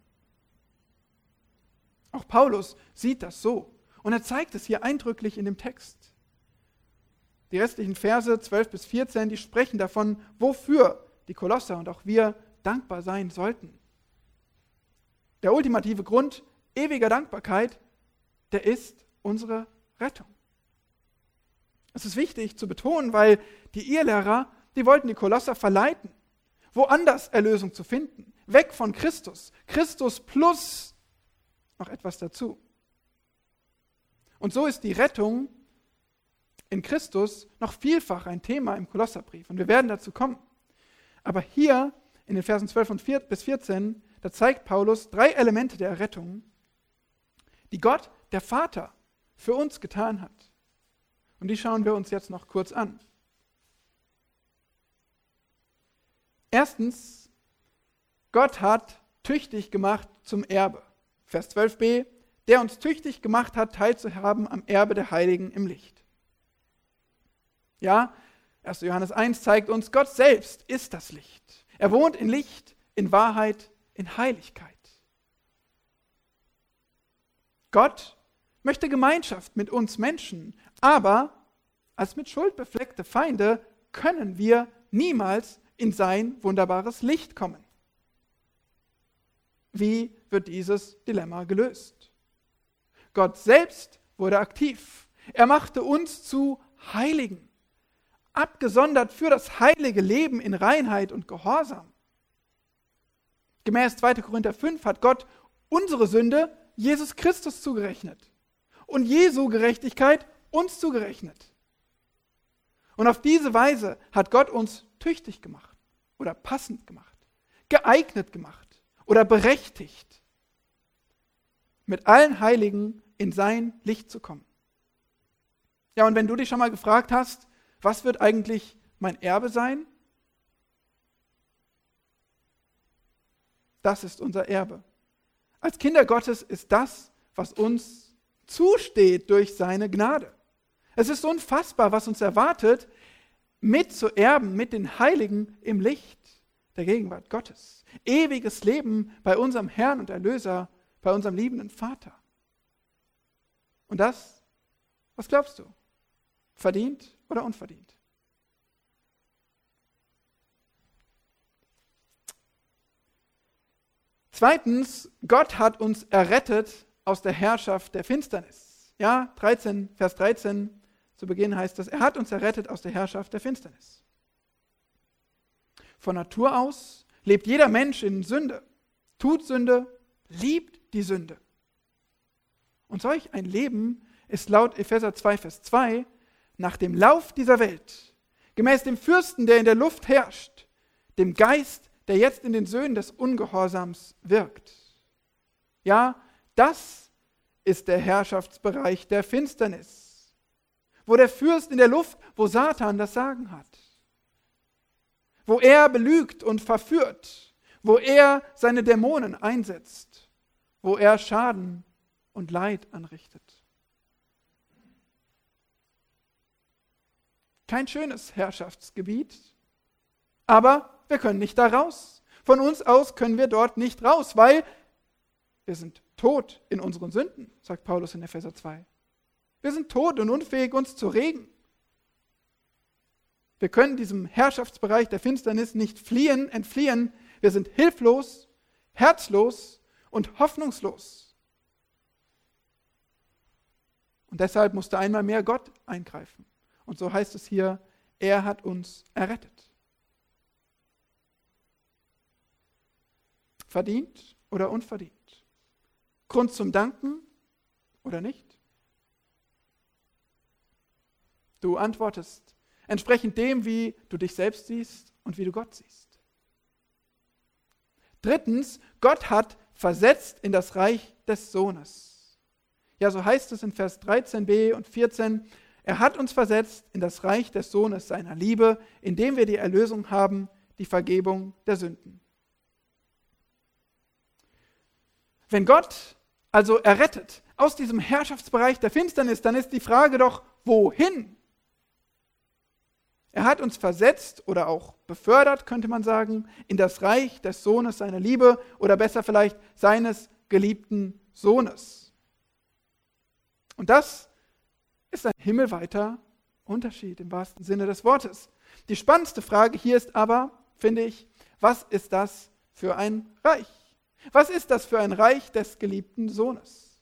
Auch Paulus sieht das so. Und er zeigt es hier eindrücklich in dem Text. Die restlichen Verse zwölf bis vierzehn, die sprechen davon, wofür die Kolosser und auch wir dankbar sein sollten. Der ultimative Grund ewiger Dankbarkeit, der ist unsere Rettung. Es ist wichtig zu betonen, weil die Irrlehrer, die wollten die Kolosser verleiten, woanders Erlösung zu finden, weg von Christus, Christus plus noch etwas dazu. Und so ist die Rettung in Christus noch vielfach ein Thema im Kolosserbrief. Und wir werden dazu kommen. Aber hier in den Versen zwölf bis vierzehn, da zeigt Paulus drei Elemente der Errettung, die Gott, der Vater, für uns getan hat. Und die schauen wir uns jetzt noch kurz an. Erstens, Gott hat tüchtig gemacht zum Erbe. Vers zwölf b, der uns tüchtig gemacht hat, teilzuhaben am Erbe der Heiligen im Licht. Ja, erster Johannes eins zeigt uns, Gott selbst ist das Licht. Er wohnt in Licht, in Wahrheit, in Heiligkeit. Gott möchte Gemeinschaft mit uns Menschen, aber als mit Schuld befleckte Feinde können wir niemals in sein wunderbares Licht kommen. Wie wird dieses Dilemma gelöst? Gott selbst wurde aktiv. Er machte uns zu Heiligen, abgesondert für das heilige Leben in Reinheit und Gehorsam. Gemäß zweiter Korinther fünf hat Gott unsere Sünde Jesus Christus zugerechnet und Jesu Gerechtigkeit uns zugerechnet. Und auf diese Weise hat Gott uns tüchtig gemacht oder passend gemacht, geeignet gemacht oder berechtigt, mit allen Heiligen in sein Licht zu kommen. Ja, und wenn du dich schon mal gefragt hast, was wird eigentlich mein Erbe sein? Das ist unser Erbe. Als Kinder Gottes ist das, was uns zusteht durch seine Gnade. Es ist unfassbar, was uns erwartet, mitzuerben mit den Heiligen im Licht der Gegenwart Gottes. Ewiges Leben bei unserem Herrn und Erlöser, bei unserem liebenden Vater. Und das, was glaubst du? Verdient oder unverdient? Zweitens, Gott hat uns errettet aus der Herrschaft der Finsternis. Ja, dreizehn, Vers dreizehn zu Beginn heißt das, er hat uns errettet aus der Herrschaft der Finsternis. Von Natur aus lebt jeder Mensch in Sünde, tut Sünde, liebt die Sünde. Und solch ein Leben ist laut Epheser zwei, Vers zwei nach dem Lauf dieser Welt, gemäß dem Fürsten, der in der Luft herrscht, dem Geist, der jetzt in den Söhnen des Ungehorsams wirkt. Ja, das ist der Herrschaftsbereich der Finsternis, wo der Fürst in der Luft, wo Satan das Sagen hat, wo er belügt und verführt, wo er seine Dämonen einsetzt, wo er Schaden und Leid anrichtet. Kein schönes Herrschaftsgebiet, aber wir können nicht da raus. Von uns aus können wir dort nicht raus, weil wir sind tot in unseren Sünden, sagt Paulus in Epheser zwei. Wir sind tot und unfähig, uns zu regen. Wir können diesem Herrschaftsbereich der Finsternis nicht fliehen, entfliehen. Wir sind hilflos, herzlos und hoffnungslos. Und deshalb musste einmal mehr Gott eingreifen. Und so heißt es hier, er hat uns errettet. verdient oder unverdient? Grund zum Danken oder nicht? Du antwortest entsprechend dem, wie du dich selbst siehst und wie du Gott siehst. Drittens, Gott hat versetzt in das Reich des Sohnes. Ja, so heißt es in Vers dreizehn b und vierzehn. Er hat uns versetzt in das Reich des Sohnes seiner Liebe, indem wir die Erlösung haben, die Vergebung der Sünden. Wenn Gott also errettet aus diesem Herrschaftsbereich der Finsternis, dann ist die Frage doch, wohin? Er hat uns versetzt oder auch befördert, könnte man sagen, in das Reich des Sohnes seiner Liebe oder besser vielleicht seines geliebten Sohnes. Und das ist ein himmelweiter Unterschied im wahrsten Sinne des Wortes. Die spannendste Frage hier ist aber, finde ich, was ist das für ein Reich? Was ist das für ein Reich des geliebten Sohnes?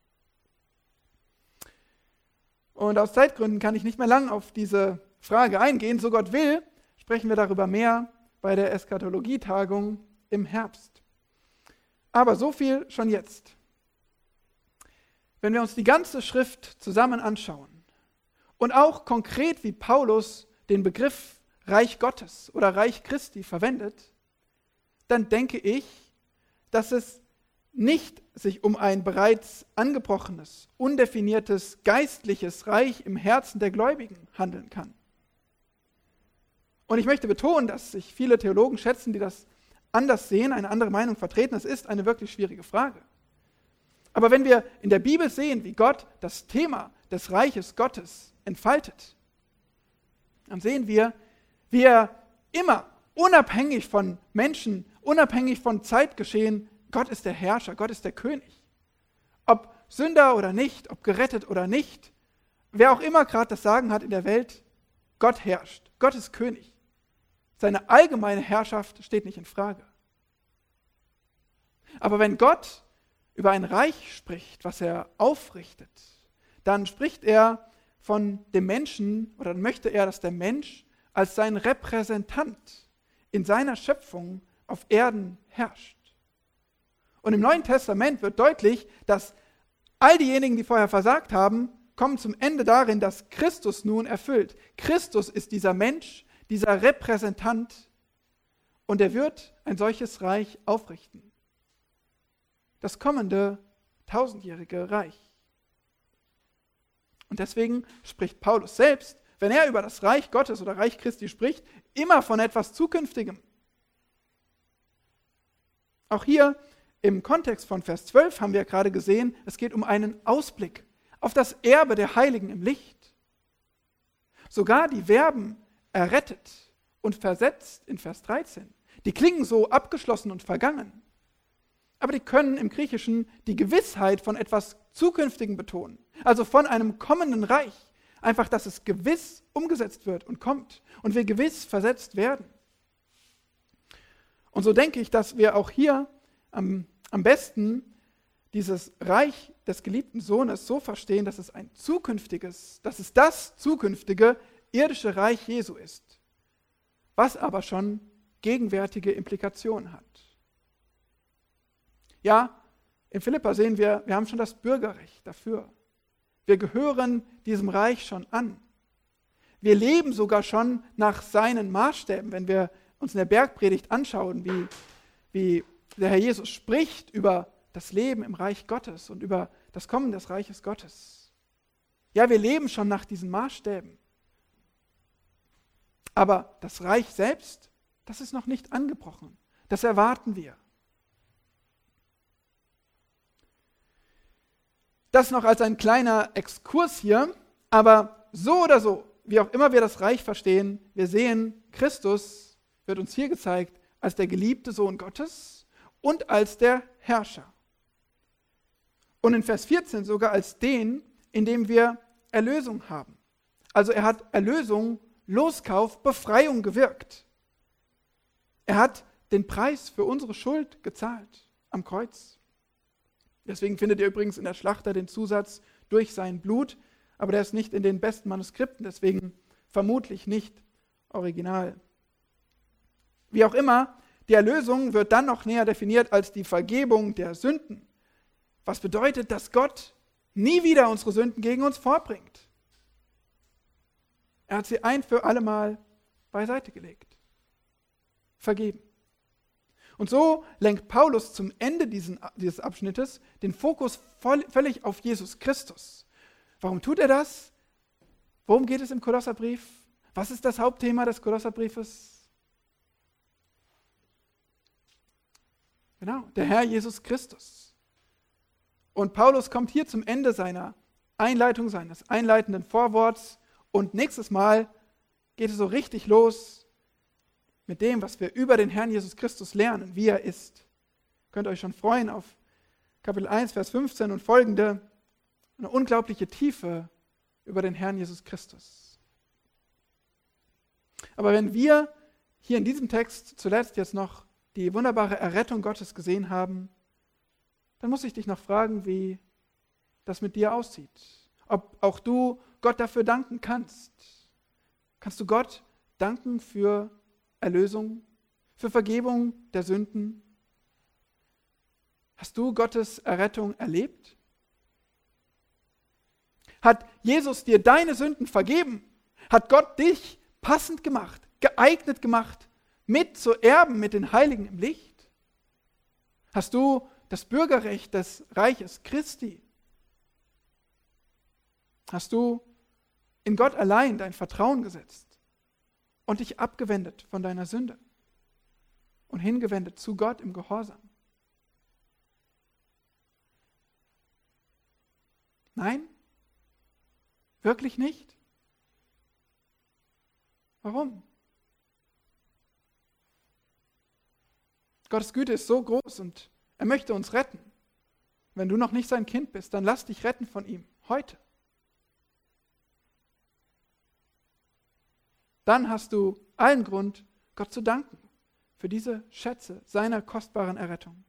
Und aus Zeitgründen kann ich nicht mehr lang auf diese Frage eingehen. So Gott will, sprechen wir darüber mehr bei der Eschatologietagung im Herbst. Aber so viel schon jetzt. Wenn wir uns die ganze Schrift zusammen anschauen und auch konkret wie Paulus den Begriff Reich Gottes oder Reich Christi verwendet, dann denke ich, dass es nicht sich um ein bereits angebrochenes, undefiniertes, geistliches Reich im Herzen der Gläubigen handeln kann. Und ich möchte betonen, dass sich viele Theologen schätzen, die das anders sehen, eine andere Meinung vertreten. Das ist eine wirklich schwierige Frage. Aber wenn wir in der Bibel sehen, wie Gott das Thema des Reiches Gottes entfaltet, dann sehen wir, wie er immer unabhängig von Menschen, unabhängig von Zeitgeschehen, Gott ist der Herrscher, Gott ist der König. Ob Sünder oder nicht, ob gerettet oder nicht, wer auch immer gerade das Sagen hat in der Welt, Gott herrscht, Gott ist König. Seine allgemeine Herrschaft steht nicht in Frage. Aber wenn Gott über ein Reich spricht, was er aufrichtet, dann spricht er von dem Menschen oder dann möchte er, dass der Mensch als sein Repräsentant in seiner Schöpfung auf Erden herrscht. Und im Neuen Testament wird deutlich, dass all diejenigen, die vorher versagt haben, kommen zum Ende darin, dass Christus nun erfüllt. Christus ist dieser Mensch, dieser Repräsentant und er wird ein solches Reich aufrichten. Das kommende tausendjährige Reich. Und deswegen spricht Paulus selbst, wenn er über das Reich Gottes oder Reich Christi spricht, immer von etwas Zukünftigem. Auch hier im Kontext von Vers zwölf haben wir gerade gesehen, es geht um einen Ausblick auf das Erbe der Heiligen im Licht. Sogar die Verben errettet und versetzt in Vers dreizehn, die klingen so abgeschlossen und vergangen. Aber die können im Griechischen die Gewissheit von etwas Zukünftigem betonen. Also von einem kommenden Reich. Einfach, dass es gewiss umgesetzt wird und kommt. Und wir gewiss versetzt werden. Und so denke ich, dass wir auch hier am, am besten dieses Reich des geliebten Sohnes so verstehen, dass es ein zukünftiges, dass es das zukünftige irdische Reich Jesu ist. Was aber schon gegenwärtige Implikationen hat. Ja, in Philipper sehen wir, wir haben schon das Bürgerrecht dafür. Wir gehören diesem Reich schon an. Wir leben sogar schon nach seinen Maßstäben, wenn wir uns in der Bergpredigt anschauen, wie, wie der Herr Jesus spricht über das Leben im Reich Gottes und über das Kommen des Reiches Gottes. Ja, wir leben schon nach diesen Maßstäben. Aber das Reich selbst, das ist noch nicht angebrochen. Das erwarten wir. Das noch als ein kleiner Exkurs hier, aber so oder so, wie auch immer wir das Reich verstehen, wir sehen, Christus wird uns hier gezeigt als der geliebte Sohn Gottes und als der Herrscher. Und in Vers vierzehn sogar als den, in dem wir Erlösung haben. Also er hat Erlösung, Loskauf, Befreiung gewirkt. Er hat den Preis für unsere Schuld gezahlt am Kreuz. Deswegen findet ihr übrigens in der Schlachter den Zusatz durch sein Blut, aber der ist nicht in den besten Manuskripten, deswegen vermutlich nicht original. Wie auch immer, Die Erlösung wird dann noch näher definiert als die Vergebung der Sünden. Was bedeutet, dass Gott nie wieder unsere Sünden gegen uns vorbringt. Er hat sie ein für alle Mal beiseite gelegt. Vergeben. Und so lenkt Paulus zum Ende diesen, dieses Abschnittes den Fokus voll, völlig auf Jesus Christus. Warum tut er das? Worum geht es im Kolosserbrief? Was ist das Hauptthema des Kolosserbriefes? Genau, der Herr Jesus Christus. Und Paulus kommt hier zum Ende seiner Einleitung, seines einleitenden Vorworts. Und nächstes Mal geht es so richtig los mit dem, was wir über den Herrn Jesus Christus lernen, wie er ist. Ihr könnt euch schon freuen auf Kapitel eins, Vers fünfzehn und folgende. Eine unglaubliche Tiefe über den Herrn Jesus Christus. Aber wenn wir hier in diesem Text zuletzt jetzt noch die wunderbare Errettung Gottes gesehen haben, dann muss ich dich noch fragen, wie das mit dir aussieht. Ob auch du Gott dafür danken kannst. Kannst du Gott danken für Erlösung, für Vergebung der Sünden? Hast du Gottes Errettung erlebt? Hat Jesus dir deine Sünden vergeben? Hat Gott dich passend gemacht, geeignet gemacht, mit zu erben mit den Heiligen im Licht? Hast du das Bürgerrecht des Reiches Christi? Hast du in Gott allein dein Vertrauen gesetzt und dich abgewendet von deiner Sünde und hingewendet zu Gott im Gehorsam? Nein? Wirklich nicht? Warum? Gottes Güte ist so groß und er möchte uns retten. Wenn du noch nicht sein Kind bist, dann lass dich retten von ihm, heute. Dann hast du allen Grund, Gott zu danken für diese Schätze seiner kostbaren Errettung.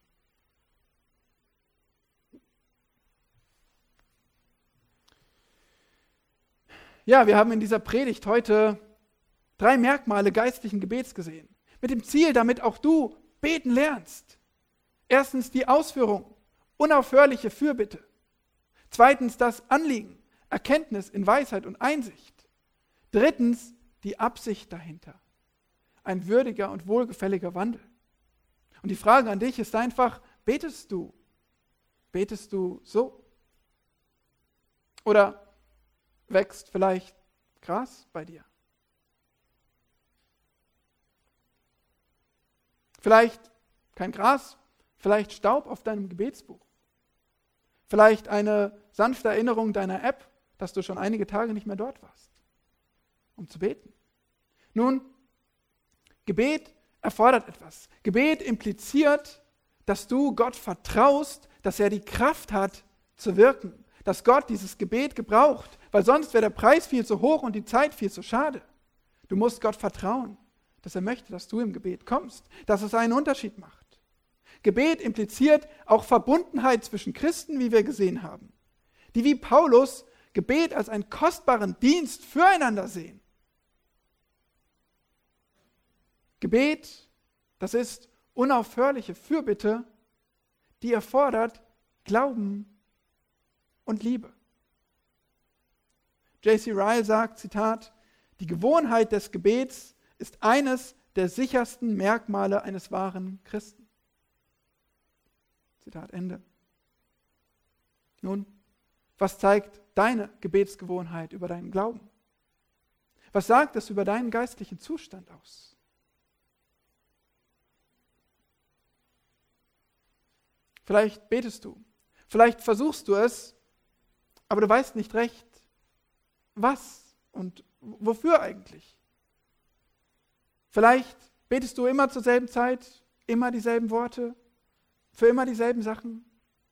Ja, wir haben in dieser Predigt heute drei Merkmale geistlichen Gebets gesehen. Mit dem Ziel, damit auch du beten lernst. Erstens die Ausführung, unaufhörliche Fürbitte. Zweitens das Anliegen, Erkenntnis in Weisheit und Einsicht. Drittens die Absicht dahinter, ein würdiger und wohlgefälliger Wandel. Und die Frage an dich ist einfach, betest du? Betest du so? Oder wächst vielleicht Gras bei dir? Vielleicht kein Gras, vielleicht Staub auf deinem Gebetsbuch. Vielleicht eine sanfte Erinnerung deiner App, dass du schon einige Tage nicht mehr dort warst, um zu beten. Nun, Gebet erfordert etwas. Gebet impliziert, dass du Gott vertraust, dass er die Kraft hat zu wirken, dass Gott dieses Gebet gebraucht, weil sonst wäre der Preis viel zu hoch und die Zeit viel zu schade. Du musst Gott vertrauen, dass er möchte, dass du im Gebet kommst, dass es einen Unterschied macht. Gebet impliziert auch Verbundenheit zwischen Christen, wie wir gesehen haben, die wie Paulus Gebet als einen kostbaren Dienst füreinander sehen. Gebet, das ist unaufhörliche Fürbitte, die erfordert Glauben und Liebe. J C Ryle sagt, Zitat, die Gewohnheit des Gebets ist eines der sichersten Merkmale eines wahren Christen. Zitat Ende. Nun, was zeigt deine Gebetsgewohnheit über deinen Glauben? Was sagt es über deinen geistlichen Zustand aus? Vielleicht betest du, vielleicht versuchst du es, aber du weißt nicht recht, was und wofür eigentlich. Vielleicht betest du immer zur selben Zeit, immer dieselben Worte, für immer dieselben Sachen.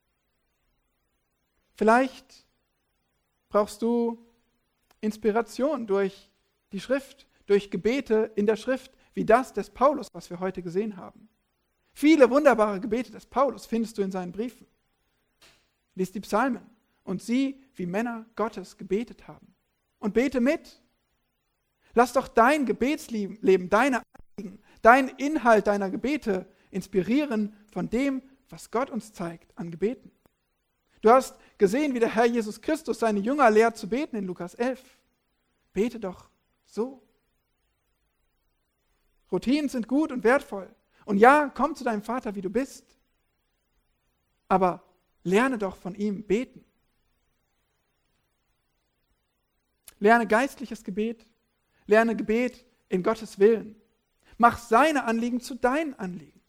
Vielleicht brauchst du Inspiration durch die Schrift, durch Gebete in der Schrift, wie das des Paulus, was wir heute gesehen haben. Viele wunderbare Gebete des Paulus findest du in seinen Briefen. Lies die Psalmen und sieh, wie Männer Gottes gebetet haben. Und bete mit. Lass doch dein Gebetsleben, deine Anliegen, deinen Inhalt deiner Gebete inspirieren von dem, was Gott uns zeigt an Gebeten. Du hast gesehen, wie der Herr Jesus Christus seine Jünger lehrt zu beten in Lukas elf. Bete doch so. Routinen sind gut und wertvoll. Und ja, komm zu deinem Vater, wie du bist. Aber lerne doch von ihm beten. Lerne geistliches Gebet. Lerne Gebet in Gottes Willen. Mach seine Anliegen zu deinen Anliegen.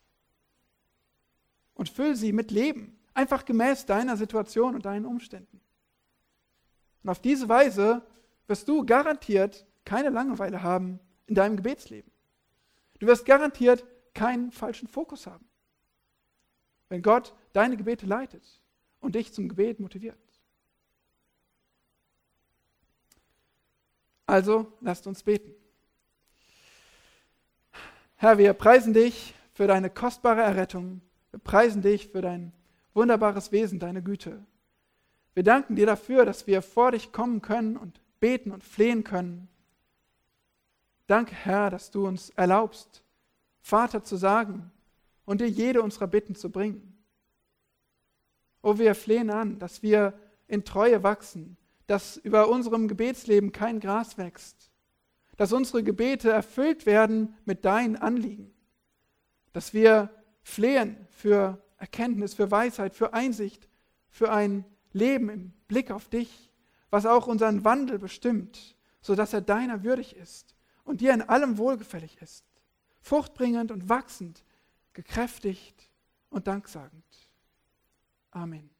Und füll sie mit Leben. Einfach gemäß deiner Situation und deinen Umständen. Und auf diese Weise wirst du garantiert keine Langeweile haben in deinem Gebetsleben. Du wirst garantiert keinen falschen Fokus haben, wenn Gott deine Gebete leitet und dich zum Gebet motiviert. Also lasst uns beten. Herr, wir preisen dich für deine kostbare Errettung. Wir preisen dich für dein wunderbares Wesen, deine Güte. Wir danken dir dafür, dass wir vor dich kommen können und beten und flehen können. Danke, Herr, dass du uns erlaubst, Vater zu sagen und dir jede unserer Bitten zu bringen. O, wir flehen an, dass wir in Treue wachsen, dass über unserem Gebetsleben kein Gras wächst, dass unsere Gebete erfüllt werden mit deinen Anliegen, dass wir flehen für Erkenntnis, für Weisheit, für Einsicht, für ein Leben im Blick auf dich, was auch unseren Wandel bestimmt, sodass er deiner würdig ist und dir in allem wohlgefällig ist, fruchtbringend und wachsend, gekräftigt und danksagend. Amen.